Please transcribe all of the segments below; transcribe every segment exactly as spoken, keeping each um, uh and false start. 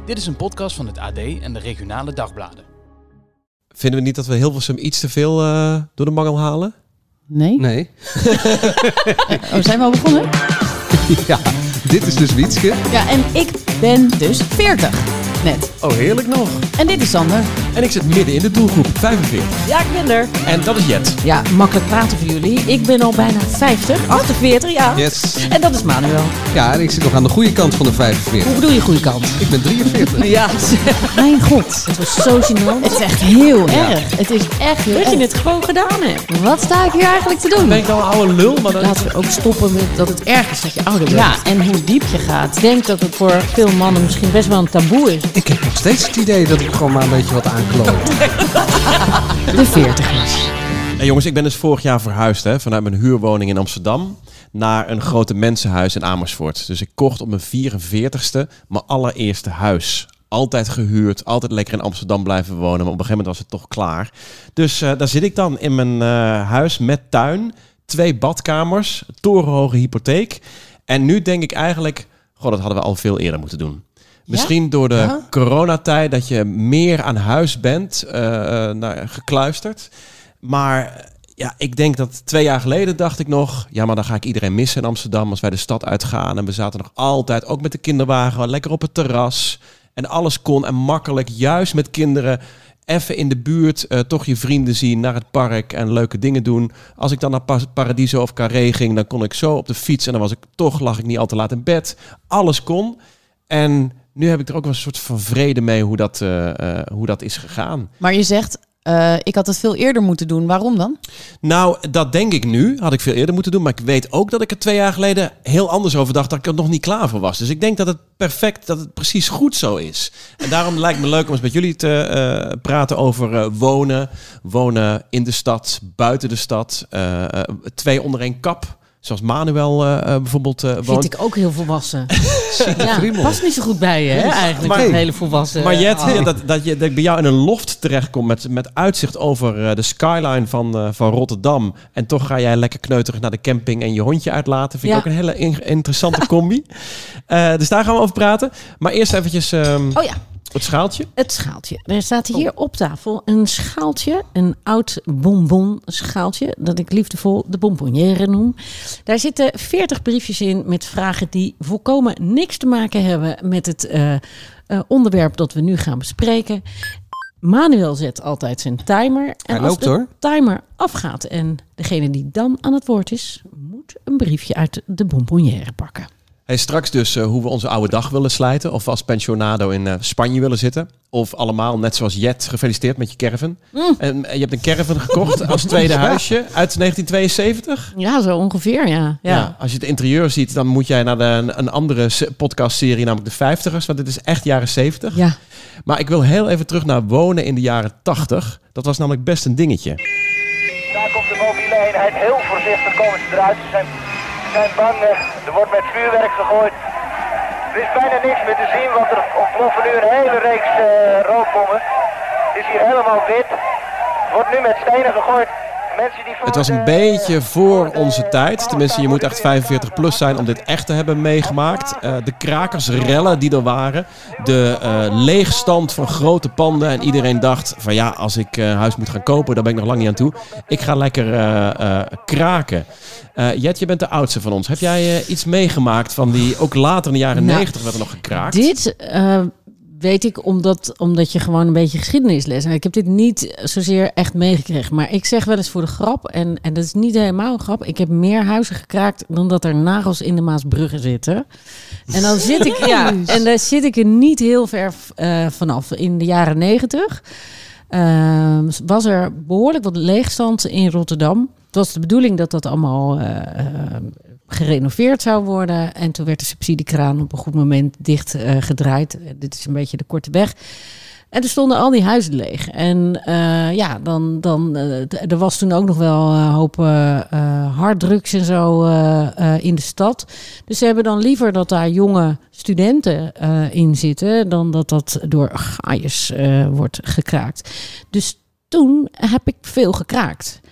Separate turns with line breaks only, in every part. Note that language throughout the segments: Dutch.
Dit is een podcast van het A D en de regionale dagbladen.
Vinden we niet dat we Hilversum iets te veel uh, door de mangel halen?
Nee.
Nee.
Oh, zijn we al begonnen?
Ja, dit is dus Wietske.
Ja, en ik ben dus veertig. Net.
Oh, heerlijk nog.
En dit is Sander.
En ik zit midden in de doelgroep, vijfenveertig.
Ja, ik ben er.
En dat is Jet.
Ja, makkelijk praten voor jullie. Ik ben al bijna vijftig, achtenveertig, ja.
Yes.
En dat is Manuel.
Ja, en ik zit nog aan de goede kant van de vijfenveertig.
Hoe bedoel je goede kant?
Ik ben drieënveertig.
Ja. Mijn god, het was zo gênant. Het is echt heel ja. erg. Het is echt heel
Dat
erg.
je het gewoon gedaan hebt.
Wat sta ik hier eigenlijk te doen?
Ben ik nou een oude lul? Maar dan...
Laten we ook stoppen met dat het erg is dat je ouder bent. Ja, en hoe diep je gaat. Ik denk dat het voor veel mannen misschien best wel een taboe is.
Ik heb nog steeds het idee dat ik gewoon maar een beetje wat aankloot.
De veertigers.
Hey jongens, ik ben dus vorig jaar verhuisd hè, vanuit mijn huurwoning in Amsterdam naar een grote mensenhuis in Amersfoort. Dus ik kocht op mijn vierenveertigste mijn allereerste huis. Altijd gehuurd, altijd lekker in Amsterdam blijven wonen. Maar op een gegeven moment was het toch klaar. Dus uh, daar zit ik dan in mijn uh, huis met tuin, twee badkamers, torenhoge hypotheek. En nu denk ik eigenlijk, goh, dat hadden we al veel eerder moeten doen. Misschien ja? door de ja? coronatijd dat je meer aan huis bent uh, nou, gekluisterd. Maar ja, ik denk dat twee jaar geleden dacht ik nog... ja, maar dan ga ik iedereen missen in Amsterdam als wij de stad uitgaan. En we zaten nog altijd, ook met de kinderwagen, lekker op het terras. En alles kon en makkelijk, juist met kinderen... even in de buurt uh, toch je vrienden zien, naar het park en leuke dingen doen. Als ik dan naar Paradiso of Carré ging, dan kon ik zo op de fiets... en dan was ik toch, lag ik niet al te laat in bed. Alles kon. En nu heb ik er ook wel een soort van vrede mee hoe dat, uh, uh, hoe dat is gegaan.
Maar je zegt... Uh, ik had het veel eerder moeten doen. Waarom dan?
Nou, dat denk ik nu. Had ik veel eerder moeten doen. Maar ik weet ook dat ik er twee jaar geleden heel anders over dacht. Dat ik er nog niet klaar voor was. Dus ik denk dat het perfect, dat het precies goed zo is. En daarom lijkt me leuk om eens met jullie te uh, praten over uh, wonen. Wonen in de stad, buiten de stad. Uh, uh, twee onder één kap. Zoals Manuel uh, bijvoorbeeld uh, woont.
Vind ik ook heel volwassen. Ja, past niet zo goed bij je, hè, eigenlijk.
Maar,
een hele volwassen...
Maar Jet,
oh.
ja, dat, dat, je, dat ik bij jou in een loft terechtkom met, met uitzicht over uh, de skyline van, uh, van Rotterdam. En toch ga jij lekker kneuterig naar de camping en je hondje uitlaten. Vind ik ja. ook een hele in, interessante combi. uh, dus daar gaan we over praten. Maar eerst eventjes... Um,
oh ja.
Het schaaltje?
Het schaaltje. Er staat hier oh. op tafel een schaaltje, een oud bonbon schaaltje, dat ik liefdevol de bonbonnière noem. Daar zitten veertig briefjes in met vragen die volkomen niks te maken hebben met het uh, uh, onderwerp dat we nu gaan bespreken. Manuel zet altijd zijn timer. En
Hij
als
loopt,
de
hoor.
timer afgaat en degene die dan aan het woord is, moet een briefje uit de bonbonnière pakken.
Hey, straks dus uh, hoe we onze oude dag willen slijten. Of als pensionado in uh, Spanje willen zitten. Of allemaal, net zoals Jet, gefeliciteerd met je caravan. Mm. En uh, je hebt een caravan gekocht als tweede huisje uit negentien tweeënzeventig.
Ja, zo ongeveer, ja. ja.
ja als je het interieur ziet, dan moet jij naar de, een andere podcastserie, namelijk de vijftigers. Want dit is echt jaren zeventig.
Ja.
Maar ik wil heel even terug naar wonen in de jaren tachtig. Dat was namelijk best een dingetje.
Daar komt de mobiele eenheid. Heel voorzichtig komen ze eruit. Ze zijn... zijn bang, er wordt met vuurwerk gegooid. Er is bijna niks meer te zien, want er ontploffen nu een hele reeks uh, rookbommen. Het is hier helemaal wit. Er wordt nu met stenen gegooid. Mensen die voor
het was een de, beetje voor de, onze tijd. Tenminste, je moet echt vijfenveertig plus zijn om dit echt te hebben meegemaakt. Uh, de krakersrellen die er waren. De uh, leegstand van grote panden. En iedereen dacht van ja, als ik uh, huis moet gaan kopen, daar ben ik nog lang niet aan toe. Ik ga lekker uh, uh, kraken. Uh, Jet, je bent de oudste van ons. Heb jij uh, iets meegemaakt van die, ook later in de jaren
nou,
negentig werd er nog gekraakt?
Dit... Uh... weet ik, omdat, omdat je gewoon een beetje geschiedenis leest. Ik heb dit niet zozeer echt meegekregen. Maar ik zeg wel eens voor de grap, en, en dat is niet helemaal een grap, ik heb meer huizen gekraakt dan dat er nagels in de Maasbruggen zitten. En dan zit ik, ja, en daar zit ik er niet heel ver uh, vanaf. In de jaren negentig uh, was er behoorlijk wat leegstand in Rotterdam. Het was de bedoeling dat dat allemaal... Uh, uh, gerenoveerd zou worden. En toen werd de subsidiekraan op een goed moment dicht uh, gedraaid. Uh, dit is een beetje de korte weg. En er stonden al die huizen leeg. En uh, ja, dan, dan uh, d- er was toen ook nog wel een hoop uh, uh, harddrugs en zo uh, uh, in de stad. Dus ze hebben dan liever dat daar jonge studenten uh, in zitten, dan dat dat door gaaiers uh, wordt gekraakt. Dus toen heb ik veel gekraakt.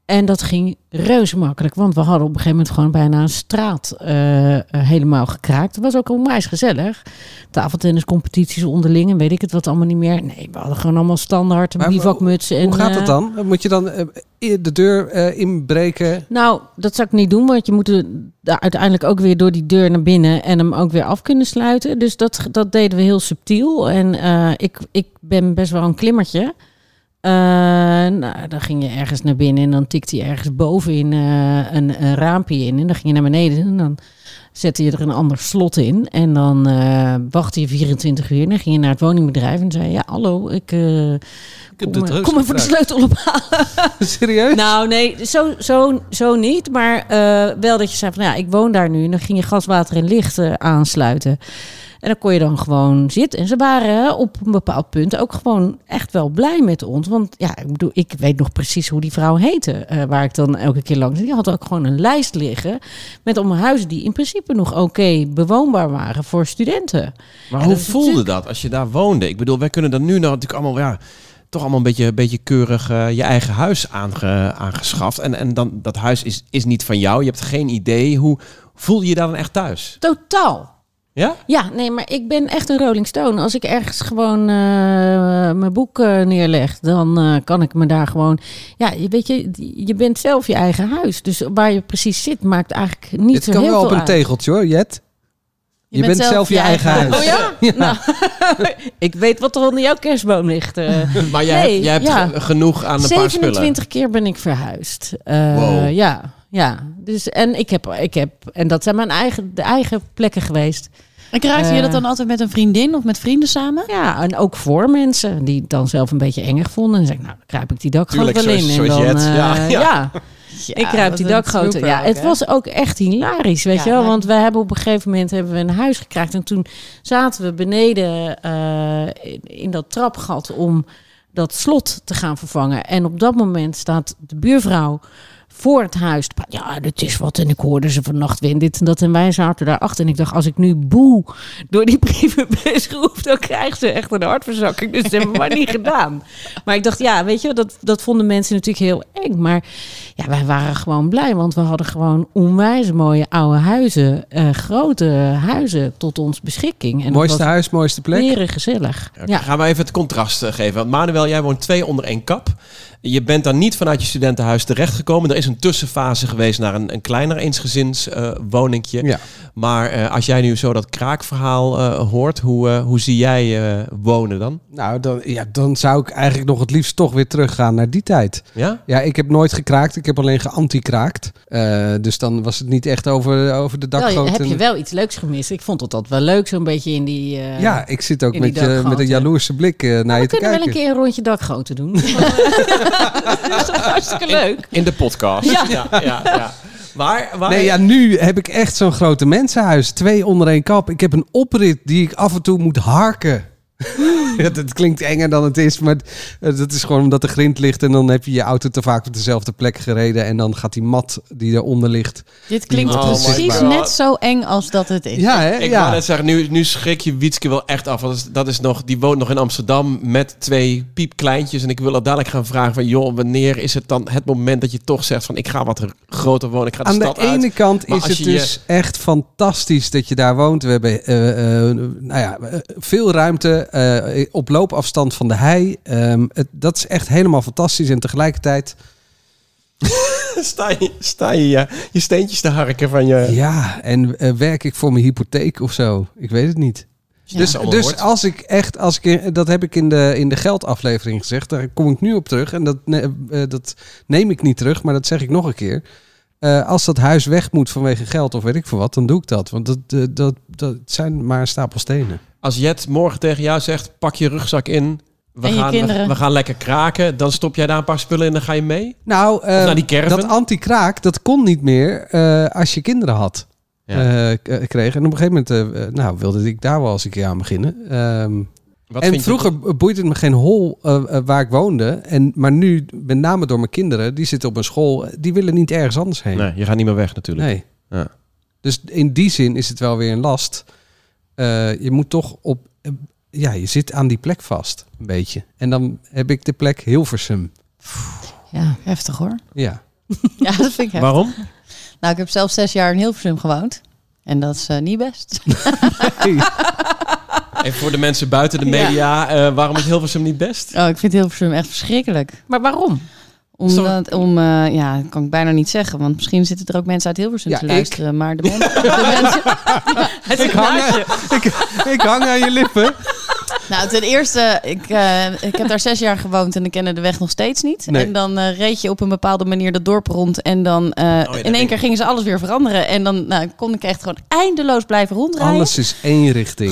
En dat ging reuze makkelijk, want we hadden op een gegeven moment gewoon bijna een straat uh, uh, helemaal gekraakt. Het was ook onwijs gezellig. Tafeltenniscompetities onderling en weet ik het wat allemaal niet meer. Nee, we hadden gewoon allemaal standaard een bivakmutsen.
Hoe
en,
gaat dat
uh,
dan? Moet je dan uh, de deur uh, inbreken?
Nou, dat zou ik niet doen, want je moet er uiteindelijk ook weer door die deur naar binnen en hem ook weer af kunnen sluiten. Dus dat, dat deden we heel subtiel. En uh, ik, ik ben best wel een klimmertje. Uh, nou, dan ging je ergens naar binnen en dan tikte je ergens bovenin uh, een, een raampje in. En dan ging je naar beneden en dan zette je er een ander slot in. En dan uh, wachtte je vierentwintig uur en dan ging je naar het woningbedrijf en zei ja, hallo, ik, uh, ik
heb
kom,
de
kom even de sleutel ophalen.
Serieus?
Nou nee, zo, zo, zo niet. Maar uh, wel dat je zei van ja, ik woon daar nu. En dan ging je gas, water en licht uh, aansluiten. En dan kon je dan gewoon zitten. En ze waren op een bepaald punt ook gewoon echt wel blij met ons. Want ja, ik bedoel, ik weet nog precies hoe die vrouw heette. Uh, waar ik dan elke keer langs. Die had ook gewoon een lijst liggen met allemaal huizen die in principe nog oké okay bewoonbaar waren voor studenten.
Maar
en
hoe
dat
voelde
natuurlijk...
dat als je daar woonde? Ik bedoel, wij kunnen dan nu nou natuurlijk allemaal, ja, toch allemaal een beetje, een beetje keurig uh, je eigen huis aange, aangeschaft. En, en dan dat huis is, is niet van jou. Je hebt geen idee. Hoe voel je je daar dan echt thuis?
Totaal.
Ja?
Ja, nee, maar ik ben echt een Rolling Stone. Als ik ergens gewoon uh, mijn boek uh, neerleg, dan uh, kan ik me daar gewoon... Ja, je weet je, je bent zelf je eigen huis. Dus waar je precies zit, maakt eigenlijk niet
Dit
zo
kan
heel
wel
veel
op een
uit.
tegeltje hoor, Jet. Je, je bent, bent zelf je eigen huis.
Oh ja?
Ja.
Nou, ik weet wat er onder jouw kerstboom ligt. Uh.
Maar jij
nee,
hebt, jij hebt
ja.
ge- genoeg aan een paar spullen.
zevenentwintig keer ben ik verhuisd. Uh,
Wow.
Ja, ja. Dus, en, ik heb, ik heb, en dat zijn mijn eigen, de eigen plekken geweest.
En kruiste
Uh,
je dat dan altijd met een vriendin of met vrienden samen?
Ja, en ook voor mensen die het dan zelf een beetje engig vonden. En dan zeg ik, nou, dan kruip ik die dakgoot
Tuurlijk,
wel in.
zoals-
en
zoals
dan,
Jet.
uh,
Ja,
ja,
ja.
ja. ik kruip die dakgoten. Ja, het was ook echt hilarisch, weet
Ja,
je wel.
maar-
Want we hebben op een gegeven moment hebben we een huis gekraakt. En toen zaten we beneden uh, in, in dat trapgat om dat slot te gaan vervangen. En op dat moment staat de buurvrouw voor het huis. Ja, dit is wat. En ik hoorde ze vannacht weer dit en dat. En wij zaten daarachter. En ik dacht, als ik nu boe door die brievenbus roep, dan krijgt ze echt een hartverzakking. Dus dat hebben we maar niet gedaan. Maar ik dacht, ja, weet je, dat, dat vonden mensen natuurlijk heel eng. Maar ja, wij waren gewoon blij. Want we hadden gewoon onwijs mooie oude huizen. Uh, grote huizen tot ons beschikking. En
Mooiste
dat was
huis, mooiste plek.
Weer gezellig.
Ja.
Ja.
Gaan we even het contrast uh, geven. Want Manuel, jij woont twee onder één kap. Je bent dan niet vanuit je studentenhuis terechtgekomen. Er is een tussenfase geweest naar een, een kleiner eensgezinswoningje. Uh,
Ja.
Maar uh, als jij nu zo dat kraakverhaal uh, hoort, hoe, uh, hoe zie jij uh, wonen dan?
Nou, dan, ja, dan zou ik eigenlijk nog het liefst toch weer teruggaan naar die tijd.
Ja?
Ja, ik heb nooit gekraakt. Ik heb alleen geanti-kraakt. Uh, dus dan was het niet echt over, over de
Wel,
dakgoot.
heb je
en-
wel iets leuks gemist? Ik vond het altijd wel leuk, zo'n beetje in die... Uh,
Ja, ik zit ook
in die
met, je,
dakgoten.
met een jaloerse blik uh, naar
Maar
je
we
te
kunnen wel
kijken.
een keer een rondje dakgoten doen. Dat is toch hartstikke leuk?
In de podcast.
Ja.
ja, ja, ja. Waar, waar...
Nee, ja, nu heb ik echt zo'n grote mensenhuis. Twee onder één kap. Ik heb een oprit die ik af en toe moet harken. Ja, dat klinkt enger dan het is, maar dat is gewoon omdat de grind ligt en dan heb je je auto te vaak op dezelfde plek gereden en dan gaat die mat die eronder ligt.
Dit klinkt
Oh my
precies
God.
net zo eng als dat het is.
Ja, hè?
Ik
ja.
wou net zeggen, nu, nu schrik je Wietske wel echt af. Want dat is, dat is nog, die woont nog in Amsterdam met twee piepkleintjes. En ik wil er dadelijk gaan vragen van, joh, wanneer is het dan het moment dat je toch zegt van, ik ga wat groter wonen, ik ga de
Aan de
stad uit.
ene kant
Maar
is
als
het
je je-
dus echt fantastisch dat je daar woont. We hebben uh, uh, nou ja, uh, veel ruimte uh, op loopafstand van de hei. Um, het, dat is echt helemaal fantastisch. En tegelijkertijd,
sta je, sta je, je je steentjes te harken van je...
ja, en uh, werk ik voor mijn hypotheek of zo? Ik weet het niet. Dus,
allemaal
dus
hoort.
als ik echt, als ik, dat heb ik in de, in de geldaflevering gezegd, daar kom ik nu op terug. En dat, ne- uh, dat neem ik niet terug, maar dat zeg ik nog een keer. Uh, als dat huis weg moet vanwege geld of weet ik veel wat, dan doe ik dat. Want dat, uh, dat, dat zijn maar een stapel stenen.
Als Jet morgen tegen jou zegt, pak je rugzak in, we,
En je
gaan, we,
kinderen.
we gaan lekker kraken, dan stop jij daar een paar spullen in en dan ga je mee?
Nou, uh,
naar die caravan?
dat anti-kraak, dat kon niet meer uh, als je kinderen had.
Ja.
Uh, k- kreeg. En op een gegeven moment uh, nou, wilde ik daar wel eens een keer aan beginnen. Um,
Wat
en
vind je-
vroeger boeide het me geen hol uh, uh, waar ik woonde. En, maar nu, met name door mijn kinderen, die zitten op een school, die willen niet ergens anders heen.
Nee, je gaat niet meer weg natuurlijk.
Nee.
Ja.
Dus in die zin is het wel weer een last. Uh, je moet toch op... Uh, ja, je zit aan die plek vast, een beetje. En dan heb ik de plek Hilversum.
Ja, heftig hoor.
Ja.
Ja, dat vind ik heftig.
Waarom?
Nou, ik heb zelf zes jaar in Hilversum gewoond. En dat is uh, niet best.
Even voor de mensen buiten de media. Ja. Uh, waarom is Hilversum niet best?
Oh, ik vind Hilversum echt verschrikkelijk.
Maar waarom?
Omdat, om, uh, ja, dat kan ik bijna niet zeggen. Want misschien zitten er ook mensen uit Hilversum
Ja,
te
ik.
luisteren. Maar de, men- de mensen...
Ik hang, aan, ik, ik hang aan je lippen.
Nou, ten eerste, ik, uh, ik heb daar zes jaar gewoond en ik kende de weg nog steeds niet.
Nee.
En dan uh, reed je op een bepaalde manier dat dorp rond. En dan uh,
ja,
in één keer gingen ze alles weer veranderen. En dan nou, kon ik echt gewoon eindeloos blijven rondrijden.
Alles is één richting.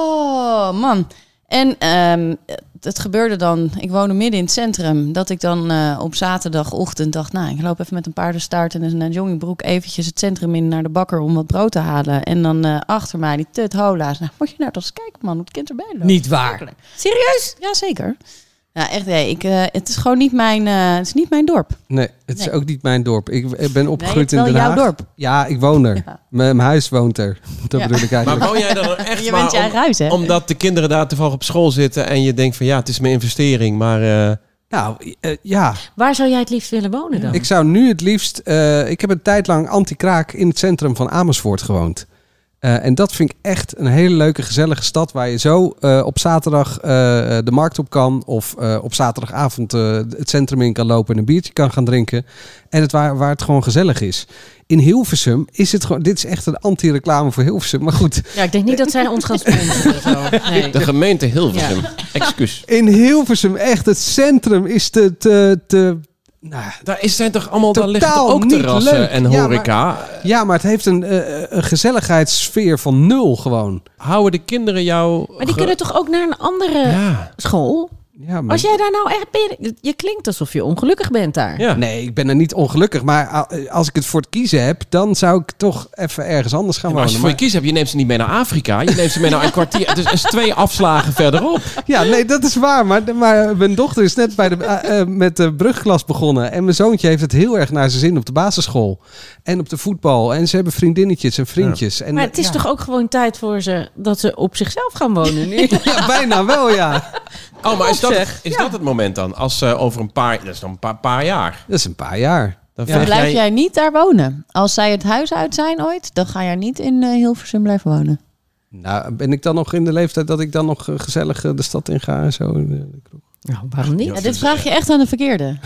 Oh, man. En um, het gebeurde dan, ik woonde midden in het centrum, dat ik dan uh, op zaterdagochtend dacht, nou, ik loop even met een paardenstaart en een joggingbroek eventjes het centrum in naar de bakker om wat brood te halen. En dan uh, achter mij die tut hola's. Nou, moet je nou toch eens kijken, man, hoe het kind erbij loopt.
Niet waar.
Serieus? Ja, zeker. Ja, echt, nee, ik, uh, het is gewoon niet mijn, uh, het is niet mijn dorp.
Nee, het is
Nee.
ook niet mijn dorp. Ik, ik ben opgegroeid
Nee, het is
in Den
wel
Haag.
jouw dorp.
Ja, ik woon er.
Ja.
Mijn mijn huis woont er. Dat
Ja.
bedoel ik
Maar
eigenlijk.
woon jij dan echt
Je
maar
bent je eigen huis, hè?
omdat de kinderen daar toevallig op school zitten en je denkt van ja, het is mijn investering, maar uh,
Nou, uh, ja.
Waar zou jij het liefst willen wonen dan?
Ik zou nu het liefst... Uh, ik heb een tijd lang anti-kraak in het centrum van Amersfoort gewoond. Uh, en dat vind ik echt een hele leuke, gezellige stad waar je zo uh, op zaterdag uh, de markt op kan. Of uh, op zaterdagavond uh, het centrum in kan lopen en een biertje kan gaan drinken. En het waar, waar het gewoon gezellig is. In Hilversum is het gewoon... Dit is echt een anti-reclame voor Hilversum, maar goed.
Ja, ik denk niet dat zij ons gaan sponsoren. Zo. Nee.
de gemeente Hilversum. Excuus.
In Hilversum echt, het centrum is te... te, te nou,
Daar is, zijn toch allemaal, daar liggen
Totaal
toch ook
niet
terrassen
leuk.
en
Ja,
horeca.
ja, maar het heeft een, uh, een gezelligheidssfeer van nul gewoon.
Houden de kinderen jou...
Maar die
ge-
kunnen toch ook naar een andere
Ja.
school?
Ja, maar...
Als jij daar nou echt... Ben je, je klinkt alsof je ongelukkig bent daar.
Ja.
Nee, ik ben er niet ongelukkig. Maar als ik het voor het kiezen heb, dan zou ik toch even ergens anders gaan
Ja, maar als je
wonen.
voor je kies hebt, je neemt ze niet mee naar Afrika. Je neemt ze mee naar een kwartier. Het is, het is twee afslagen verderop.
Ja, nee, dat is waar. Maar, maar mijn dochter is net bij de, uh, uh, met de brugklas begonnen. En mijn zoontje heeft het heel erg naar zijn zin op de basisschool. En op de voetbal. En ze hebben vriendinnetjes en vriendjes. En,
Maar het is
ja.
toch ook gewoon tijd voor ze dat ze op zichzelf gaan wonen nu?
Ja, bijna wel, ja.
Oh, maar is dat,
zeg.
is
Ja.
dat het moment dan? Als uh, over een paar... Dat is dan een paar, paar jaar.
Dat is een paar jaar.
Dan
Ja.
veeg
Blijf jij niet daar wonen? Als zij het huis uit zijn ooit, dan ga jij niet in uh, Hilversum blijven wonen.
Nou, ben ik dan nog in de leeftijd dat ik dan nog uh, gezellig uh, de stad in ga en zo? in de- de kroeg?
Nou, waarom niet?
Ja, dit vraag je echt aan de verkeerde.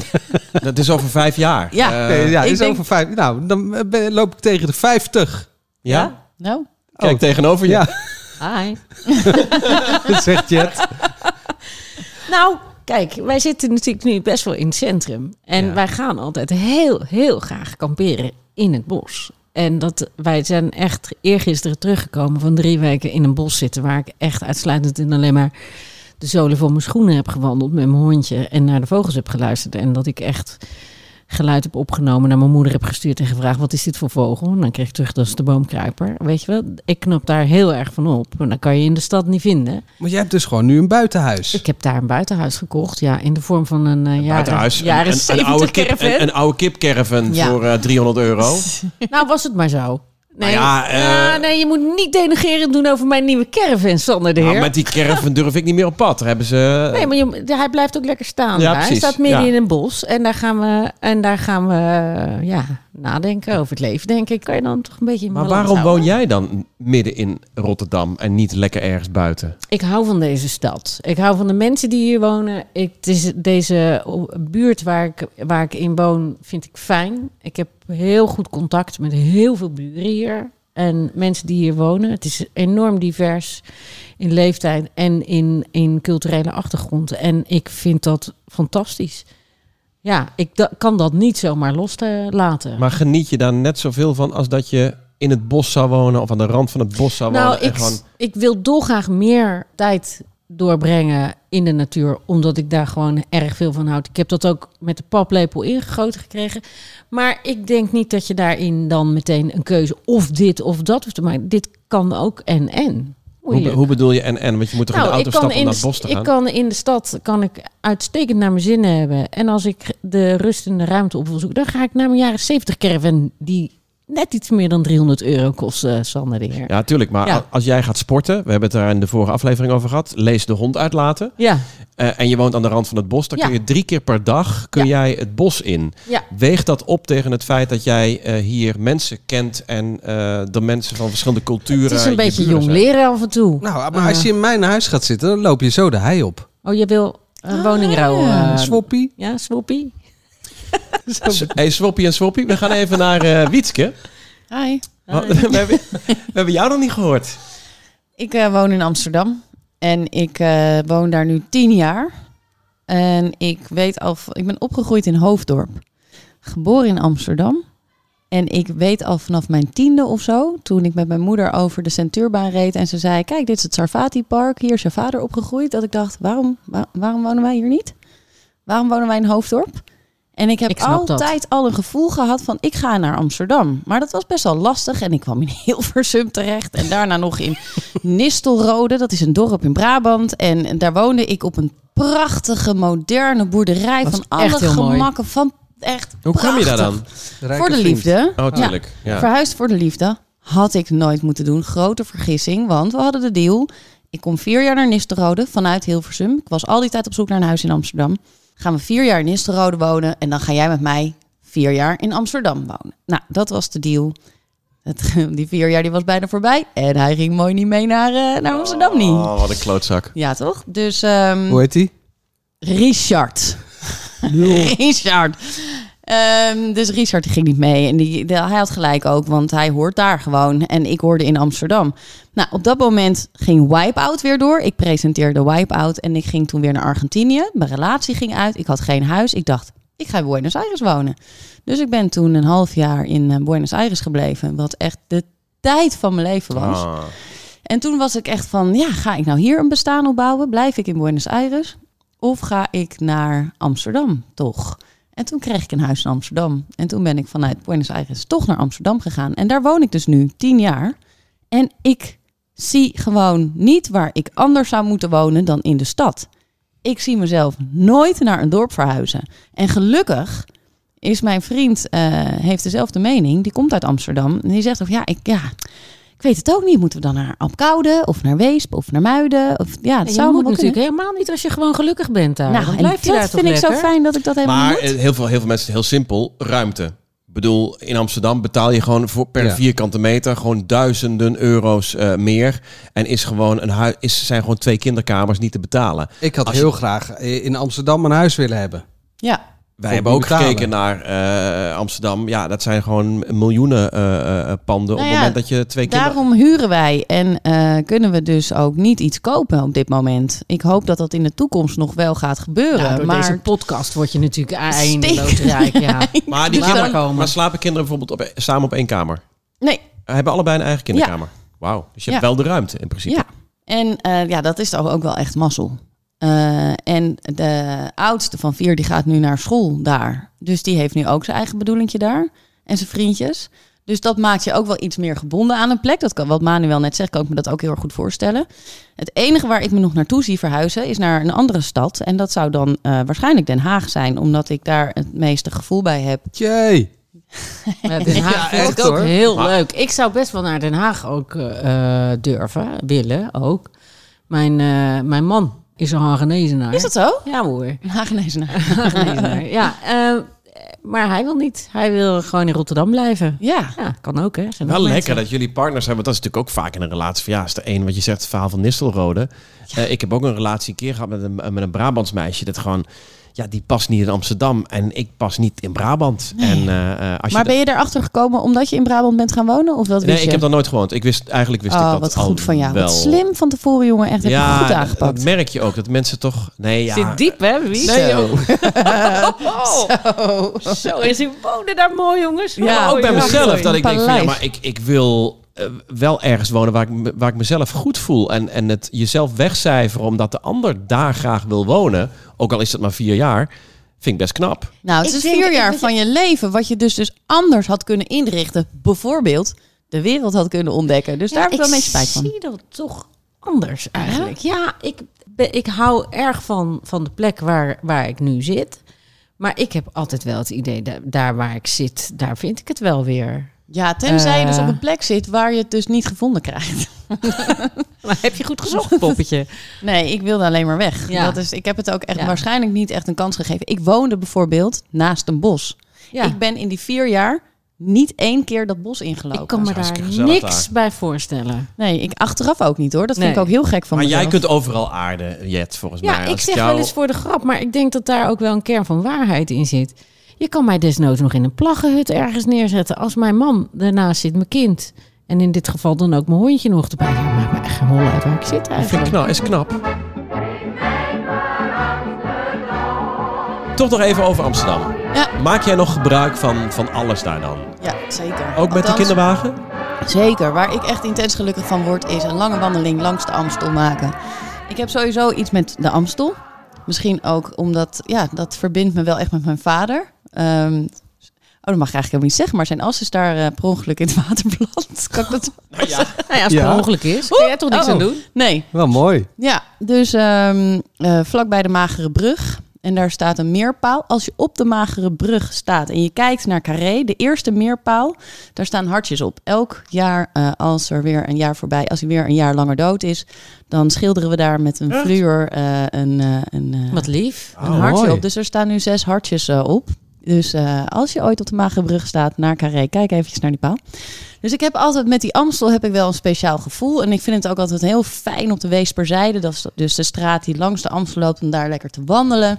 Dat is over vijf jaar.
Ja.
Uh,
Nee, ja,
ik
is
denk-
over vijf. Nou, dan uh, ben- loop ik tegen de vijftig.
ja?
Nou,
Kijk
Oh.
tegenover je.
Ja,
Hi.
dat zegt Jet.
Nou, kijk, wij zitten natuurlijk nu best wel in het centrum. En
Ja.
wij gaan altijd heel, heel graag kamperen in het bos. En dat, wij zijn echt eergisteren teruggekomen van drie weken in een bos zitten... waar ik echt uitsluitend in alleen maar de zolen van mijn schoenen heb gewandeld... met mijn hondje en naar de vogels heb geluisterd. En dat ik echt geluid heb opgenomen, naar mijn moeder heb gestuurd... en gevraagd, wat is dit voor vogel? En dan kreeg ik terug, dat is de boomkruiper. Weet je wel, ik knap daar heel erg van op. En dat kan je in de stad niet vinden.
Maar jij hebt dus gewoon nu een buitenhuis.
Ik heb daar een buitenhuis gekocht, ja, in de vorm van een uh, jaren,
Buitenhuis.
jaren
een, een, een
zeventig
oude kip,
caravan.
een, een oude kipcaravan
Ja.
voor uh, driehonderd euro.
Nou, was het maar zo. Nee,
Nou ja, eh,
Ah, nee, je moet niet denigrerend doen over mijn nieuwe caravan, Sander de Heer.
Nou, met die caravan durf ik niet meer op pad. Daar hebben ze...
Nee, maar je, hij blijft ook lekker staan.
Ja,
daar. Hij
precies,
staat midden
ja.
in een bos en daar gaan we, en daar gaan we uh, ja, nadenken over het leven, denk ik. Kan je dan toch een beetje in
Maar
balans
waarom
houden?
woon jij dan midden in Rotterdam en niet lekker ergens buiten?
Ik hou van deze stad. Ik hou van de mensen die hier wonen. Ik, het is deze buurt waar ik, waar ik in woon, vind ik fijn. Ik heb heel goed contact met heel veel buren hier. En mensen die hier wonen. Het is enorm divers in leeftijd en in, in culturele achtergrond. En ik vind dat fantastisch. Ja, ik da- kan dat niet zomaar loslaten.
Maar geniet je daar net zoveel van als dat je in het bos zou wonen of aan de rand van het bos zou wonen?
Nou,
en
ik,
gewoon...
ik wil dolgraag meer tijd doorbrengen in de natuur, omdat ik daar gewoon erg veel van houd. Ik heb dat ook met de paplepel ingegoten gekregen. Maar ik denk niet dat je daarin dan meteen een keuze of dit of dat hoeft te maken. Dit kan ook en en.
Hoe, be- hoe bedoel je en en? Want je moet toch in de auto
ik kan
stappen om
in
naar het
de,
bos te gaan?
ik kan in de stad kan ik uitstekend naar mijn zin hebben. En als ik de rust en de ruimte op wil zoeken, dan ga ik naar mijn jaren zeventig caravan die net iets meer dan driehonderd euro kost, uh, Sander de Heer.
Ja, tuurlijk. Maar
Ja.
a- als jij gaat sporten, we hebben het daar in de vorige aflevering over gehad, lees de hond uitlaten.
Ja.
Uh, en je woont aan de rand van het bos. Dan
Ja.
kun je drie keer per dag kun
Ja.
jij het bos in.
Ja.
Weegt dat op tegen het feit dat jij uh, hier mensen kent en uh, de mensen van verschillende culturen.
Het is een
je
beetje
buren
jong
zijn?
leren af en toe.
Nou, maar als je in mijn huis gaat zitten, dan loop je zo de hei op.
Oh, je wil een
Ah,
woningruil.
ja.
eh,
Swoppie.
Ja, swoppie.
S- Hey, Swoppie en Swoppie, we gaan even naar uh, Wietske.
Hi.
Want we, hebben, we hebben jou nog niet gehoord.
Ik uh, woon in Amsterdam. En ik uh, woon daar nu tien jaar. En ik weet al... Ik ben opgegroeid in Hoofddorp. Geboren in Amsterdam. En ik weet al vanaf mijn tiende of zo... toen ik met mijn moeder over de Centuurbaan reed... en ze zei, kijk, dit is het Sarfati-park. Hier is je vader opgegroeid. Dat ik dacht, waarom, waar, waarom wonen wij hier niet? Waarom wonen wij in Hoofddorp? En ik heb
Ik snap dat.
altijd al een gevoel gehad van... ik ga naar Amsterdam. Maar dat was best wel lastig. En ik kwam in Hilversum terecht. En daarna nog in Nistelrode. Dat is een dorp in Brabant. En, en daar woonde ik op een prachtige, moderne boerderij...
Dat is
van alle
echt heel mooi.
gemakken. Van echt
Hoe kwam je daar
prachtig.
dan?
Rijke
Voor de
vriend.
liefde.
Oh, tuurlijk. Ja.
Verhuisd voor de liefde. Had ik nooit moeten doen. Grote vergissing. Want we hadden de deal. Ik kom vier jaar naar Nistelrode vanuit Hilversum. Ik was al die tijd op zoek naar een huis in Amsterdam. Gaan we vier jaar in Nistelrode wonen. En dan ga jij met mij vier jaar in Amsterdam wonen. Nou, dat was de deal. Het, die vier jaar die was bijna voorbij. En hij ging mooi niet mee naar, uh, naar Amsterdam niet.
Oh, wat een klootzak.
Ja, toch? Dus um,
Hoe heet die?
Richard. Richard. Um, dus Richard die ging niet mee. En die, de, hij had gelijk ook, want hij hoort daar gewoon. En ik hoorde in Amsterdam. Nou, op dat moment ging Wipeout weer door. Ik presenteerde Wipeout en ik ging toen weer naar Argentinië. Mijn relatie ging uit. Ik had geen huis. Ik dacht, ik ga in Buenos Aires wonen. Dus ik ben toen een half jaar in uh, Buenos Aires gebleven. Wat echt de tijd van mijn leven was.
Ah.
En toen was ik echt van, ja, ga ik nou hier een bestaan opbouwen? Blijf ik in Buenos Aires? Of ga ik naar Amsterdam, toch? En toen kreeg ik een huis in Amsterdam. En toen ben ik vanuit Buenos Aires toch naar Amsterdam gegaan. En daar woon ik dus nu tien jaar. En ik zie gewoon niet waar ik anders zou moeten wonen dan in de stad. Ik zie mezelf nooit naar een dorp verhuizen. En gelukkig is mijn vriend, uh, heeft dezelfde mening. Die komt uit Amsterdam. En die zegt ook, ja, ik... Ja, Ik weet het ook niet. Moeten we dan naar Apkoude of naar Weesp of naar Muiden? Of, ja, dat
je
zou
moet
wel
natuurlijk
kunnen.
helemaal niet als je gewoon gelukkig bent daar.
Nou,
Dan
en
blijf je
dat
daar toch
vind ik
lekker.
zo fijn dat ik dat helemaal
Maar
moet.
eh, heel veel, heel veel mensen, heel simpel, ruimte. Ik bedoel, in Amsterdam betaal je gewoon voor, per
Ja.
vierkante meter gewoon duizenden euro's uh, meer. En is gewoon een huis, is, zijn gewoon twee kinderkamers niet te betalen.
Ik had
Als
heel
je-
graag in Amsterdam een huis willen hebben.
Ja,
Wij
Voor
hebben ook
betalen.
gekeken naar uh, Amsterdam. Ja, dat zijn gewoon miljoenen uh, uh, panden.
Nou
op het
ja,
moment dat je twee kinderen...
daarom huren wij en uh, kunnen we dus ook niet iets kopen op dit moment. Ik hoop dat dat in de toekomst nog wel gaat gebeuren.
Ja, door
maar
deze podcast word je natuurlijk
Stik.
eindeloos rijk. Ja.
Maar, die
Dus
kinderen,
dan komen.
maar slapen kinderen bijvoorbeeld op, samen op één kamer?
nee,
Hebben allebei een eigen kinderkamer? Wauw, dus je hebt
Ja.
wel de ruimte in principe.
ja. En uh, ja, dat is toch ook wel echt mazzel. Uh, en de oudste van vier die gaat nu naar school daar. Dus die heeft nu ook zijn eigen bedoelingje daar. En zijn vriendjes. Dus dat maakt je ook wel iets meer gebonden aan een plek. Dat kan, wat Manuel net zegt, kan ik me dat ook heel erg goed voorstellen. Het enige waar ik me nog naartoe zie verhuizen is naar een andere stad. En dat zou dan uh, waarschijnlijk Den Haag zijn. Omdat ik daar het meeste gevoel bij heb.
Jee.
Ja, Den Haag
Ja,
vind
echt,
ik ook
hoor.
heel
Maar-
leuk. Ik zou best wel naar Den Haag ook uh, durven, willen ook. Mijn, uh, mijn man is een Hagenezenaar.
Is dat zo?
Ja hoor.
Een Hagenezenaar.
Hagenezenaar. Ja, uh, maar hij wil niet. Hij wil gewoon in Rotterdam blijven.
Ja.
Ja, kan ook hè. Zijn
Wel
ook
lekker
mensen.
dat jullie partners zijn, want dat is natuurlijk ook vaak in een relatie. Van, ja, is de een wat je zegt, het verhaal van Nistelrode. Uh, ik heb ook een relatie een keer gehad met een, met een Brabants meisje. Dat gewoon, ja, die past niet in Amsterdam en ik pas niet in Brabant.
Nee.
En, uh, als
Maar
je
ben je erachter gekomen omdat je in Brabant bent gaan wonen? Of dat
Nee,
wist
ik
je?
heb daar nooit gewoond. Ik wist, eigenlijk wist
oh,
ik dat
wat
al
goed van jou.
wel.
Wat slim van tevoren, jongen. Echt, heb je
Ja,
goed
dat,
aangepakt.
dat merk je ook. Dat mensen toch... Nee, ja.
Zit diep hè, wie?
Nee,
Zo.
Oh. Zo is hij wonen daar mooi jongens.
Ja,
Maar ook bij
ja,
mezelf.
mooi.
Dat ik denk van, ja,
Paleis.
maar ik, ik wil uh, wel ergens wonen waar ik, me- waar ik mezelf goed voel. En, en het jezelf wegcijferen omdat de ander daar graag wil wonen. Ook al is dat maar vier jaar. Vind ik best knap.
Nou, het
Ik
is
denk-
vier
ik
jaar
weet-
van je leven wat je dus, dus anders had kunnen inrichten. Bijvoorbeeld de wereld had kunnen ontdekken. Dus daar heb ik wel mee spijt van.
Ik zie dat toch anders eigenlijk. Ja, ik, ben, ik hou erg van, van de plek waar, waar ik nu zit. Maar ik heb altijd wel het idee, dat daar waar ik zit, daar vind ik het wel weer,
Ja, tenzij je dus
Uh.
op een plek zit waar je het dus niet gevonden krijgt.
Maar heb je goed gezocht, poppetje?
Nee, ik wilde alleen maar weg.
Ja.
Dat is, ik heb het ook echt
Ja.
waarschijnlijk niet echt een kans gegeven. Ik woonde bijvoorbeeld naast een bos.
Ja.
Ik ben in die vier jaar niet één keer dat bos ingelopen.
Ik kan me
Dat is
daar
hartstikke gezellig
niks
daar.
bij voorstellen.
Nee, ik achteraf ook niet hoor. Dat vind
Nee.
ik ook heel gek van
Maar
mezelf.
jij kunt overal aarden, Jet, volgens
Ja,
mij.
ik
Als
zeg
jou-
wel eens voor de grap, maar ik denk dat daar ook wel een kern van waarheid in zit. Je kan mij desnoods nog in een plaggenhut ergens neerzetten. Als mijn man daarnaast zit, mijn kind. En in dit geval dan ook mijn hondje nog erbij. Ja, maakt me echt geen hol uit waar ik zit
Dat vind ik
eigenlijk.
knap, is knap. Toch nog even over Amsterdam.
Ja.
Maak jij nog gebruik van, van alles daar dan?
Ja, zeker.
Ook met de
Althans,
kinderwagen?
Zeker. Waar ik echt intens gelukkig van word, is een lange wandeling langs de Amstel maken. Ik heb sowieso iets met de Amstel. Misschien ook omdat, ja, dat verbindt me wel echt met mijn vader. Um, oh, dat mag ik eigenlijk helemaal niet zeggen, maar zijn as is daar uh, per ongeluk in het water beland. Kan ik dat?
Nou ja.
Nou ja, als het
Ja.
per ongeluk is, kun jij toch niks
Oh.
aan doen?
Nee.
Wel mooi.
Ja, dus um, uh, vlakbij de Magere Brug. En daar staat een meerpaal. Als je op de Magere Brug staat en je kijkt naar Carré, de eerste meerpaal, daar staan hartjes op. Elk jaar, uh, als er weer een jaar voorbij, als hij weer een jaar langer dood is, dan schilderen we daar met een fluor uh, een, uh, een, uh,
Wat lief.
een
Oh,
hartje
mooi.
op. Dus er staan nu zes hartjes uh, op. Dus uh, als je ooit op de Magere Brug staat naar Carré, kijk eventjes naar die paal. Dus ik heb altijd met die Amstel heb ik wel een speciaal gevoel. En ik vind het ook altijd heel fijn op de Weesperzijde. Dat is dus de straat die langs de Amstel loopt om daar lekker te wandelen.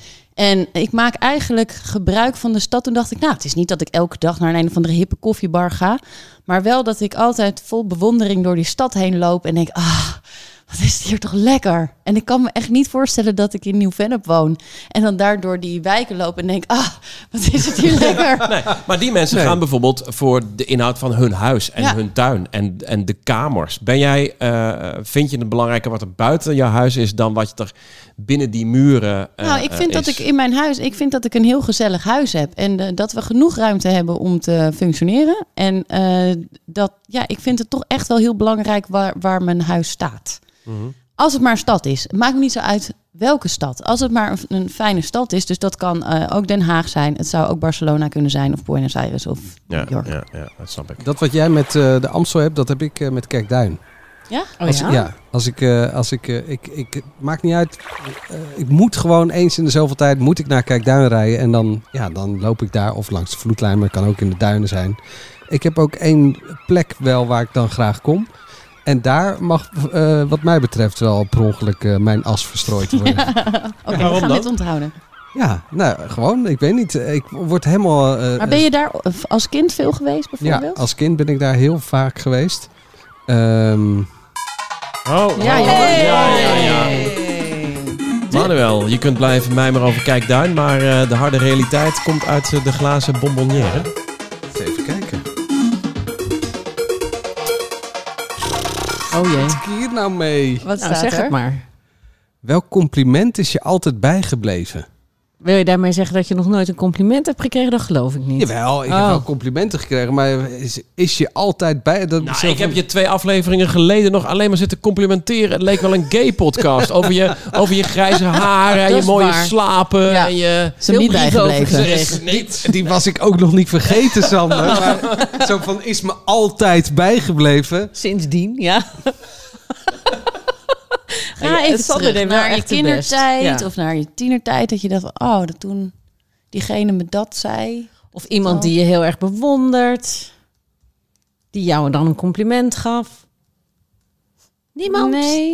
En ik maak eigenlijk gebruik van de stad. Toen dacht ik, nou, het is niet dat ik elke dag naar een, een of andere hippe koffiebar ga. Maar wel dat ik altijd vol bewondering door die stad heen loop. En denk, ah, wat is het hier toch lekker. En ik kan me echt niet voorstellen dat ik in Nieuw-Vennep woon. En dan daar door die wijken loop en denk, ah, wat is het hier lekker.
Nee, maar die mensen
Nee.
gaan bijvoorbeeld voor de inhoud van hun huis en
Ja.
hun tuin en, en de kamers. Ben jij, uh, vind je het belangrijker wat er buiten jouw huis is dan wat er binnen die muren uh,
Nou, ik vind
uh,
dat
is?
ik in mijn huis, ik vind dat ik een heel gezellig huis heb. En uh, dat we genoeg ruimte hebben om te functioneren. En uh, dat, ja, ik vind het toch echt wel heel belangrijk waar, waar mijn huis staat.
Mm-hmm.
Als het maar een stad is. Het maakt me niet zo uit welke stad. Als het maar een, een fijne stad is. Dus dat kan uh, ook Den Haag zijn. Het zou ook Barcelona kunnen zijn. Of Buenos Aires of
Ja,
New York.
ja, ja, dat snap ik.
Dat wat jij met uh, de Amstel hebt, dat heb ik uh, met Kerkduin.
Ja?
Oh
Als,
ja?
ja, als ik, uh, als ik, uh, ik, ik, maakt niet uit. Uh, ik moet gewoon eens in de zoveel tijd moet ik naar Kijkduin rijden en dan, ja, dan loop ik daar of langs de vloedlijn, maar het kan ook in de duinen zijn. Ik heb ook één plek wel waar ik dan graag kom. En daar mag, uh, wat mij betreft, wel per ongeluk uh, mijn as verstrooid worden. Ja,
Oké, okay, we
waarom
gaan
dan?
dit onthouden.
nou, gewoon, ik weet niet. Ik word helemaal... Uh,
Maar ben je daar als kind veel geweest
Ja,
bijvoorbeeld?
als kind ben ik daar heel vaak geweest. Um,
Oh,
Ja,
oh,
ja.
ja, ja, ja. Manuel, je kunt blijven mijmeren over Kijkduin, maar uh, de harde realiteit komt uit uh, de glazen bonbonnière.
even kijken.
Oh jee.
Wat is hier nou mee?
Wat
Nou,
staat
zeg
er?
het maar.
Welk compliment is je altijd bijgebleven?
Wil je daarmee zeggen dat je nog nooit een compliment hebt gekregen? Dat geloof ik niet.
Jawel, ik
Oh.
heb wel complimenten gekregen, maar is, is je altijd bij... Dat
Nou,
zo
ik
van-
heb je twee afleveringen geleden nog alleen maar zitten complimenteren. Het leek wel een gay podcast over je, over je grijze haren en
Dat
je
is
mooie
waar.
slapen.
Ja.
En je...
Is hem niet
Veel brieven over
bijgebleven.
gezegd.
niet.
Die was ik ook nog niet vergeten, Sander. Maar zo van, is me altijd bijgebleven.
Sindsdien, ja.
Ga
Ja,
even
Sander
terug
deed wel
naar je
echt zijn best.
kindertijd
Ja.
of naar je tienertijd. Dat je dacht, van, oh, dat toen diegene me dat zei.
Of iemand die je heel erg bewondert. Die jou dan een compliment gaf. Niemand?
Nee.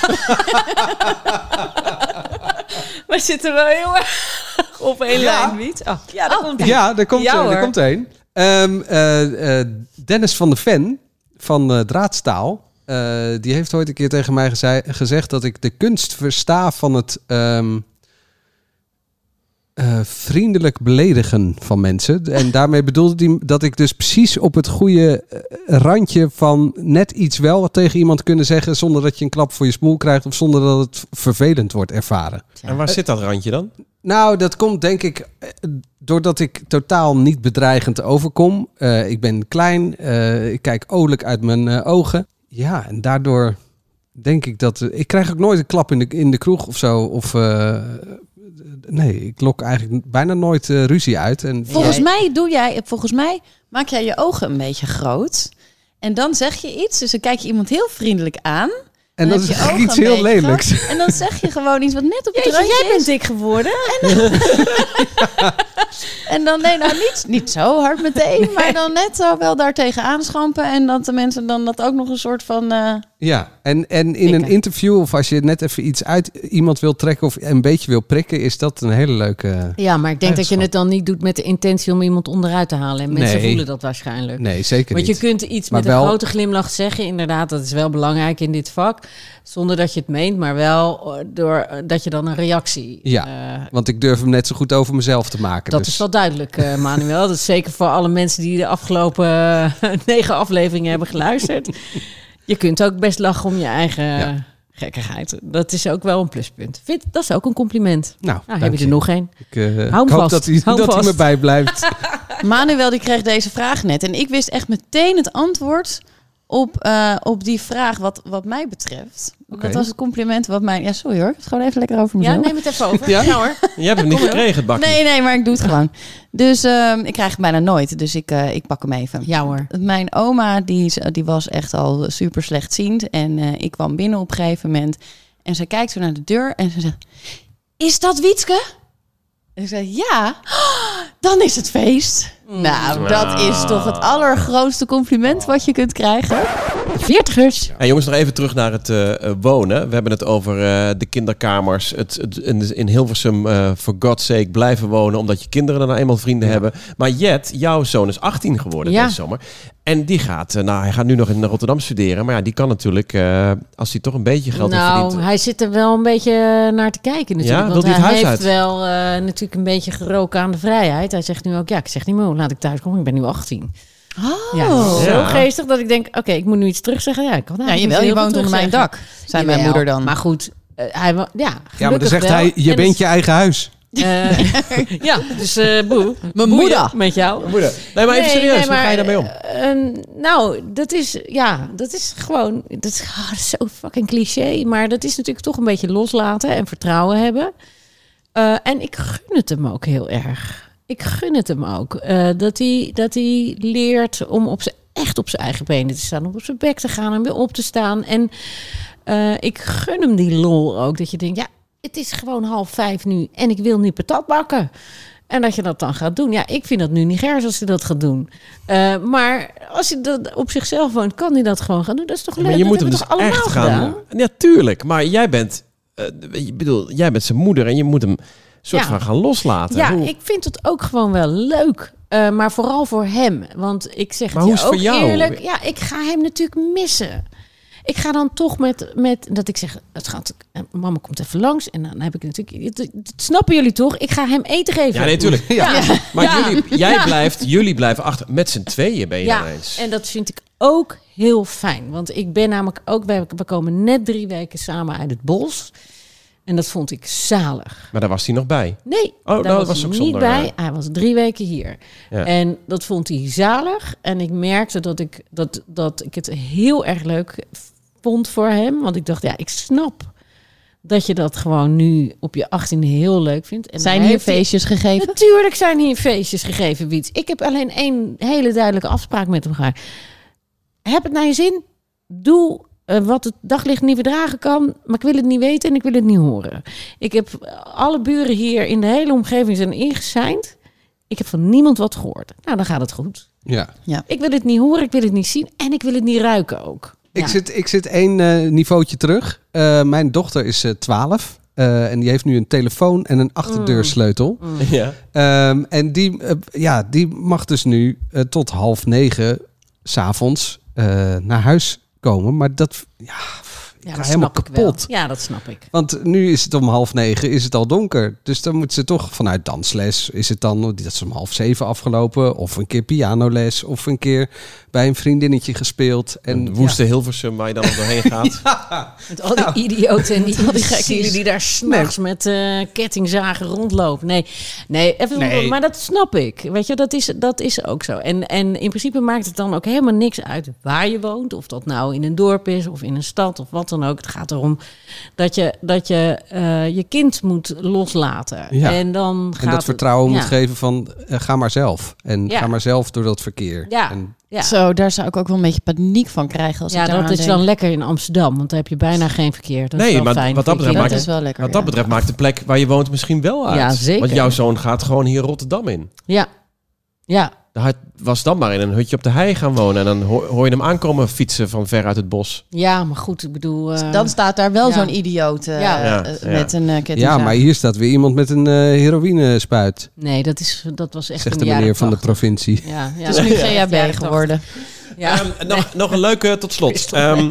We zitten wel heel erg op één
Ja.
lijn, niet? Oh, ja, daar komt
Ja, daar komt,
Ja,
er,
hoor.
daar komt een. Um, uh, uh, Dennis van de Ven van uh, Draadstaal. Uh, die heeft ooit een keer tegen mij gezei- gezegd dat ik de kunst versta van het um, uh, vriendelijk beledigen van mensen. En daarmee bedoelde hij dat ik dus precies op het goede uh, randje van net iets wel wat tegen iemand kunnen zeggen zonder dat je een klap voor je smoel krijgt of zonder dat het vervelend wordt ervaren.
En waar zit dat randje dan?
Nou, dat komt denk ik eh, doordat ik totaal niet bedreigend overkom. Uh, ik ben klein, uh, ik kijk olijk uit mijn uh, ogen. Ja, en daardoor denk ik dat... Uh, ik krijg ook nooit een klap in de, in de kroeg of zo. Of uh, nee, ik lok eigenlijk bijna nooit uh, ruzie uit. En
Volgens
Jij-
mij doe jij, volgens mij maak jij je ogen een beetje groot. En dan zeg je iets. Dus dan kijk je iemand heel vriendelijk aan.
En
Dan
dat
heb
is
je ogen
iets
een
heel
beetje
lelijks.
groot. En dan zeg je gewoon iets wat net op het
Jeetje,
randje
jij bent
is.
dik geworden.
En dan, nee, nou niet, niet zo hard meteen. Maar dan net zo wel daartegen aanschampen. En dat de mensen dan dat ook nog een soort van... Uh,
Ja, en, en in een
Prikken.
interview of als je net even iets uit iemand wil trekken of een beetje wil prikken, is dat een hele leuke...
Ja, maar ik denk dat je
Eigenschap.
het dan niet doet met de intentie om iemand onderuit te halen. En mensen
Nee.
voelen dat waarschijnlijk.
Nee, zeker
Want
niet.
je kunt iets
Maar
met
wel-
een grote glimlach zeggen, inderdaad, dat is wel belangrijk in dit vak. Zonder dat je het meent, maar wel uh, door uh, dat je dan een reactie...
Ja,
uh,
Want ik durf hem net zo goed over mezelf te maken.
dat
dus.
is wel duidelijk, uh, Manuel. Dat is zeker voor alle mensen die de afgelopen uh, negen afleveringen hebben geluisterd. Je kunt ook best lachen om je eigen
Ja.
gekkigheid. Dat is ook wel een pluspunt. Vind, dat is ook een compliment.
Nou,
Nou, heb
dank
je er nog één?
Ik, uh, ik
hem
hoop
vast.
dat hij,
Hou hem
dat hij me
vast.
bijblijft.
Manuel die kreeg deze vraag net. En ik wist echt meteen het antwoord op, uh, op die vraag wat, wat mij betreft.
Oké.
Dat was het compliment wat mij... Ja, sorry hoor. Ik heb het gewoon even lekker over
Ja,
mezelf.
neem het even over.
Ja?
Ja, hoor.
Je hebt hem niet
Kom,
gekregen, het bakje.
Nee, nee, maar ik doe het gewoon. Dus um, ik krijg het bijna nooit. Dus ik, uh, ik pak hem even.
Ja hoor.
Mijn oma die, is- die was echt al super slechtziend. En uh, ik kwam binnen op een gegeven moment. En ze kijkt zo naar de deur en ze zegt... Is dat Wietske? En ik zei, ja. "Oh, dan is het feest. Nou, dat is toch het allergrootste compliment wat je kunt krijgen.
Veertigers.
Hey, jongens, nog even terug naar het uh, uh, wonen. We hebben het over uh, de kinderkamers. Het, het, in, in Hilversum, uh, for God's sake, blijven wonen. Omdat je kinderen dan nou eenmaal vrienden
Ja.
hebben. Maar Jet, jouw zoon is achttien geworden
Ja.
deze zomer. En die gaat, uh, nou, hij gaat nu nog in Rotterdam studeren. Maar ja, die kan natuurlijk, uh, als hij toch een beetje geld heeft
Nou,
verdiend.
hij zit er wel een beetje naar te kijken natuurlijk.
Ja?
Want
Wil hij het
hij
huis
heeft
uit?
wel uh, natuurlijk een beetje geroken aan de vrijheid. Hij zegt nu ook, ja, ik zeg niet meer, laat ik thuis komen. Ik ben nu achttien.
Oh.
Ja, dat is
Ja.
zo geestig dat ik denk, oké, ik moet nu iets terugzeggen. Ja, ik kan
Ja,
eigenlijk
jawel,
niet
je
heel
woont
veel
onder mijn
terugzeggen.
dak, zei mijn
Jawel,
moeder dan.
Maar goed, uh, hij, wa- ja,
Ja, maar dan
gelukkig
zegt
wel.
hij, je
En
bent
dus-
je eigen huis.
Uh, ja, dus uh, boe.
Mijn
Boeien
moeder.
met jou.
Moeder. Nee, maar even
Nee,
serieus,
nee,
hoe ga je
maar,
daarmee om?
eh, eh, nou, dat is, ja, dat is gewoon, dat is, ah, dat is zo fucking cliché. Maar dat is natuurlijk toch een beetje loslaten en vertrouwen hebben. Uh, en ik gun het hem ook heel erg. Ik gun het hem ook. Uh, dat hij dat hij leert om op zijn, echt op zijn eigen benen te staan. Om op zijn bek te gaan en weer op te staan. En uh, ik gun hem die lol ook. Dat je denkt, ja, het is gewoon half vijf nu en ik wil nu patat bakken. En dat je dat dan gaat doen. Ja, ik vind dat nu niet gers als hij dat gaat doen. Uh, maar als hij dat op zichzelf woont, kan hij dat gewoon gaan doen. Dat is toch leuk?
Maar je
dat
moet hem
hebben
dus
we toch allemaal
echt gaan...
gedaan?
Ja, tuurlijk. Maar jij bent... Uh, ik bedoel, jij bent zijn moeder en je moet hem soort
Ja.
van gaan loslaten.
Ja,
Hoe-
ik vind het ook gewoon wel leuk. Uh, maar vooral voor hem. Want ik zeg
Maar
het
hoe
je
is
ook
het voor jou?
eerlijk. Ja, ik ga hem natuurlijk missen. Ik ga dan toch met, met dat ik zeg, het gaat, mama komt even langs. En dan heb ik natuurlijk, dat, dat snappen jullie toch? Ik ga hem eten geven.
Ja, nee, tuurlijk.
Ja.
Maar
Ja.
jullie, jij
Ja.
blijft, jullie blijven achter. Met z'n tweeën ben je
Ja,
dan eens.
en dat vind ik ook heel fijn. Want ik ben namelijk ook, we we komen net drie weken samen uit het bos. En dat vond ik zalig.
Maar daar was hij nog bij.
Nee,
nou,
daar
dat
was
was
hij
ook
niet
zonder,
bij.
eh,
Hij was drie weken hier.
Ja.
En dat vond hij zalig. En ik merkte dat ik, dat, dat ik het heel erg leuk vond voor hem. Want ik dacht, ja, ik snap dat je dat gewoon nu op je achttiende heel leuk vindt. En
Zijn
dan
hier
heeft hij-
feestjes gegeven?
Natuurlijk zijn hier feestjes gegeven, Wiets. Ik heb alleen één hele duidelijke afspraak met hem gemaakt. Heb het naar je zin. Doe uh, wat het daglicht niet verdragen kan. Maar ik wil het niet weten en ik wil het niet horen. Ik heb alle buren hier in de hele omgeving zijn ingeseind. Ik heb van niemand wat gehoord. Nou, dan gaat het goed.
Ja.
Ik wil het niet horen, ik wil het niet zien en ik wil het niet ruiken ook.
Ik,
Ja.
zit, ik zit één uh, niveautje terug. Uh, mijn dochter is uh, twaalf. Uh, en die heeft nu een telefoon en een achterdeursleutel.
Mm.
Ja.
Um, en die, uh, ja, die mag dus nu uh, tot half negen 's avonds uh, naar huis komen. Maar dat, ja, ik
Ja,
ga
dat
helemaal
snap ik wel.
kapot.
Ja, dat snap ik.
Want nu is het om half negen, is het al donker. Dus dan moet ze toch vanuit dansles, is het dan, dat is om half zeven afgelopen. Of een keer pianoles, of een keer bij een vriendinnetje gespeeld. En
Een woeste Hilversum waar je dan nog doorheen gaat.
Met al die
Nou,
idioten en die, al die
precies.
gekken die daar s'nachts met uh, kettingzagen rondlopen. Nee, nee, even,
Nee.
maar dat snap ik. Weet je, dat is, dat is ook zo. En, en in principe maakt het dan ook helemaal niks uit waar je woont. Of dat nou in een dorp is of in een stad of wat dan dan ook. Het gaat erom dat je dat je, uh, je kind moet loslaten.
Ja.
En, dan gaat
en dat vertrouwen
het,
moet
ja.
geven van uh, ga maar zelf. En
Ja.
ga maar zelf door dat verkeer.
Ja.
En,
Ja.
Zo, daar zou ik ook wel een beetje paniek van krijgen. Als
Ja,
ik
dat
daaraan
is
denk.
dan lekker in Amsterdam, want daar heb je bijna geen verkeer. Dat is
Nee,
wel
maar
fijn
wat dat
voor je
betreft
Dat
kinderen.
is wel lekker.
Wat dat
ja.
betreft maakt de plek waar je woont misschien wel uit.
Ja, zeker.
Want jouw zoon gaat gewoon hier Rotterdam in.
Ja, ja.
Hij was dan maar in een hutje op de hei gaan wonen. En dan hoor, hoor je hem aankomen fietsen van ver uit het bos.
Ja, maar goed, ik bedoel... Uh,
Dan staat daar wel
ja.
zo'n idioot uh,
Ja.
Ja,
uh,
ja.
met een uh, kettingzaag.
ja, maar hier staat weer iemand met een uh, heroïnespuit.
Nee, dat, is, dat was echt
Zegt
in
de
de
meneer
jaren
van de
tachtig.
provincie.
Ja, ja.
Het is nu G H B
Jaren
geworden.
Ja.
Ehm, nog, nog een leuke tot slot. Um,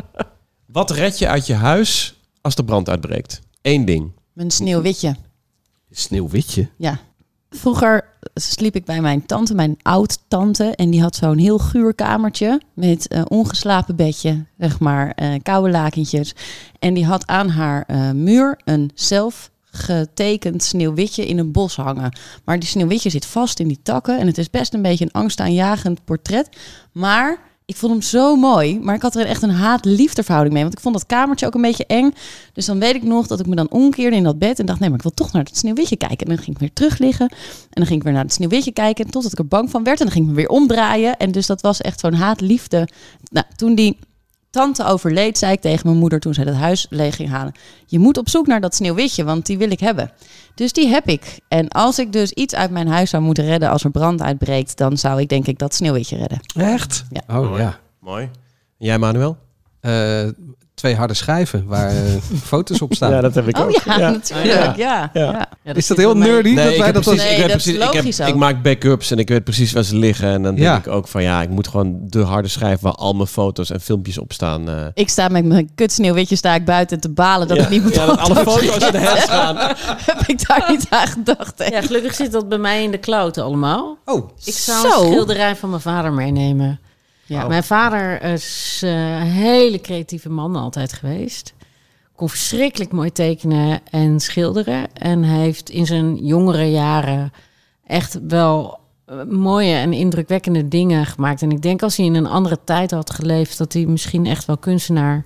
wat red je uit je huis als de brand uitbreekt? Eén ding.
Mijn sneeuwwitje.
Sneeuwwitje.
Ja. Vroeger sliep ik bij mijn tante, mijn oud-tante. En die had zo'n heel guur kamertje met uh, ongeslapen bedje, zeg maar, uh, koude lakentjes. En die had aan haar uh, muur een zelf getekend sneeuwwitje in een bos hangen. Maar die sneeuwwitje zit vast in die takken. En het is best een beetje een angstaanjagend portret. Maar ik vond hem zo mooi. Maar ik had er echt een haat-liefdeverhouding mee. Want ik vond dat kamertje ook een beetje eng. Dus dan weet ik nog dat ik me dan omkeerde in dat bed. En dacht, nee, maar ik wil toch naar het sneeuwwitje kijken. En dan ging ik weer terug liggen. En dan ging ik weer naar het sneeuwwitje kijken. Totdat ik er bang van werd. En dan ging ik me weer omdraaien. En dus dat was echt zo'n haat-liefde. Nou, toen die tante overleed, zei ik tegen mijn moeder toen zij dat huis leeg ging halen: je moet op zoek naar dat sneeuwwitje, want die wil ik hebben. Dus die heb ik. En als ik dus iets uit mijn huis zou moeten redden als er brand uitbreekt, dan zou ik denk ik dat sneeuwwitje redden.
Echt?
Ja.
Oh ja.
Mooi. En jij, Manuel?
Uh, twee harde schijven waar uh, foto's op staan.
Ja, dat heb ik
Oh
ook.
ja,
Ja.
natuurlijk. Ja. Ja.
Ja.
Ja.
Ja,
Is dat
zit
heel
bij mij-
nerdy? dat
Nee, ik,
wij
heb
dat
precies,
Nee,
ik, weet
dat is
precies, ik, heb,
logisch ook.
ik maak backups en ik weet precies waar ze liggen. En dan denk
Ja.
ik ook van ja, ik moet gewoon de harde schijf waar al mijn foto's en filmpjes op staan. Uh,
Ik sta met mijn kut sneeuwwitje sta ik buiten te balen dat
ja,
ik niet mijn
ja, dat alle
foto's
foto's in de
heb.
hens gaan.
Heb ik daar niet aan gedacht. Hè?
Ja, gelukkig zit dat bij mij in de cloud allemaal.
Oh,
Ik zou
Zo.
een schilderij van mijn vader meenemen.
Ja.
Mijn vader is uh, een hele creatieve man altijd geweest. Kon verschrikkelijk mooi tekenen en schilderen. En hij heeft in zijn jongere jaren echt wel uh, mooie en indrukwekkende dingen gemaakt. En ik denk als hij in een andere tijd had geleefd, dat hij misschien echt wel kunstenaar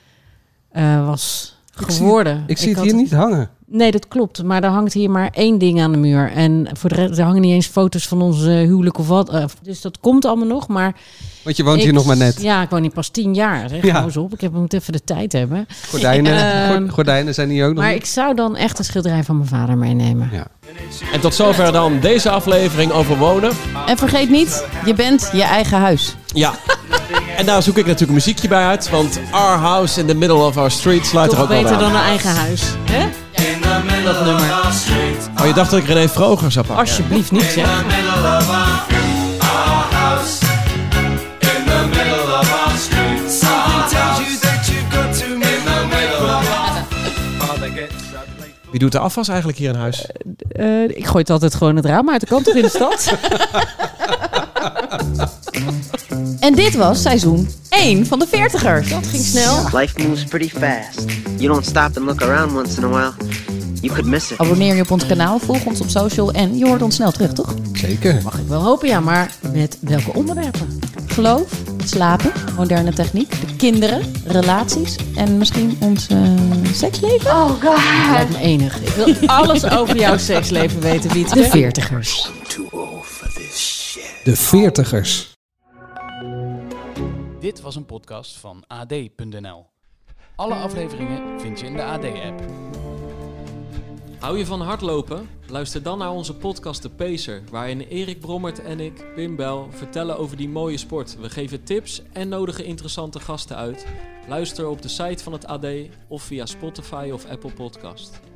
uh, was
Ik zie-
geworden.
ik zie het
had
hier niet hangen.
Nee, dat klopt. Maar er hangt hier maar één ding aan de muur. En voor de rest, er hangen niet eens foto's van onze huwelijk of wat. Uh, dus dat komt allemaal nog. Maar
Want je woont
ik-
hier nog maar net.
Ja, ik woon hier pas tien jaar. Zeg,
Ja.
hou eens op. Ik heb, moet even de tijd hebben.
Gordijnen,
Ehm,
gor- gordijnen zijn hier ook nog
Maar
niet.
ik zou dan echt een schilderij van mijn vader meenemen.
Ja.
En tot zover dan deze aflevering over wonen.
En vergeet niet, je bent je eigen huis.
Ja. En daar zoek ik natuurlijk een muziekje bij uit. Want Our House in the Middle of Our Street sluit er
Toch
ook wel bij
beter
aan.
dan een eigen huis. Hè? Dat nummer.
Oh, je dacht dat ik René Vroger zou pakken?
Alsjeblieft niet, zeg.
Wie doet de afwas eigenlijk hier in huis?
Uh, ik gooi het altijd gewoon het raam uit. De kant toch in de stad?
En dit was seizoen één van de veertigers. Dat ging snel.
Life moves pretty fast. You don't stop and look around once in a while, you could miss it.
Abonneer je op ons kanaal, volg ons op social en je hoort ons snel terug, toch?
Zeker.
Mag ik wel hopen, ja. Maar met welke onderwerpen?
Geloof, slapen, moderne techniek, de kinderen, relaties en misschien ons uh, seksleven.
Oh god. Dat lijkt me enig. Ik wil alles over jouw seksleven weten, Wietse. De veertigers.
De veertigers.
Dit was een podcast van A D punt N L. Alle afleveringen vind je in de A D-app.
Hou je van hardlopen? Luister dan naar onze podcast De Pacer, waarin Erik Brommert en ik, Pim Bel, vertellen over die mooie sport. We geven tips en nodigen interessante gasten uit. Luister op de site van het A D of via Spotify of Apple Podcast.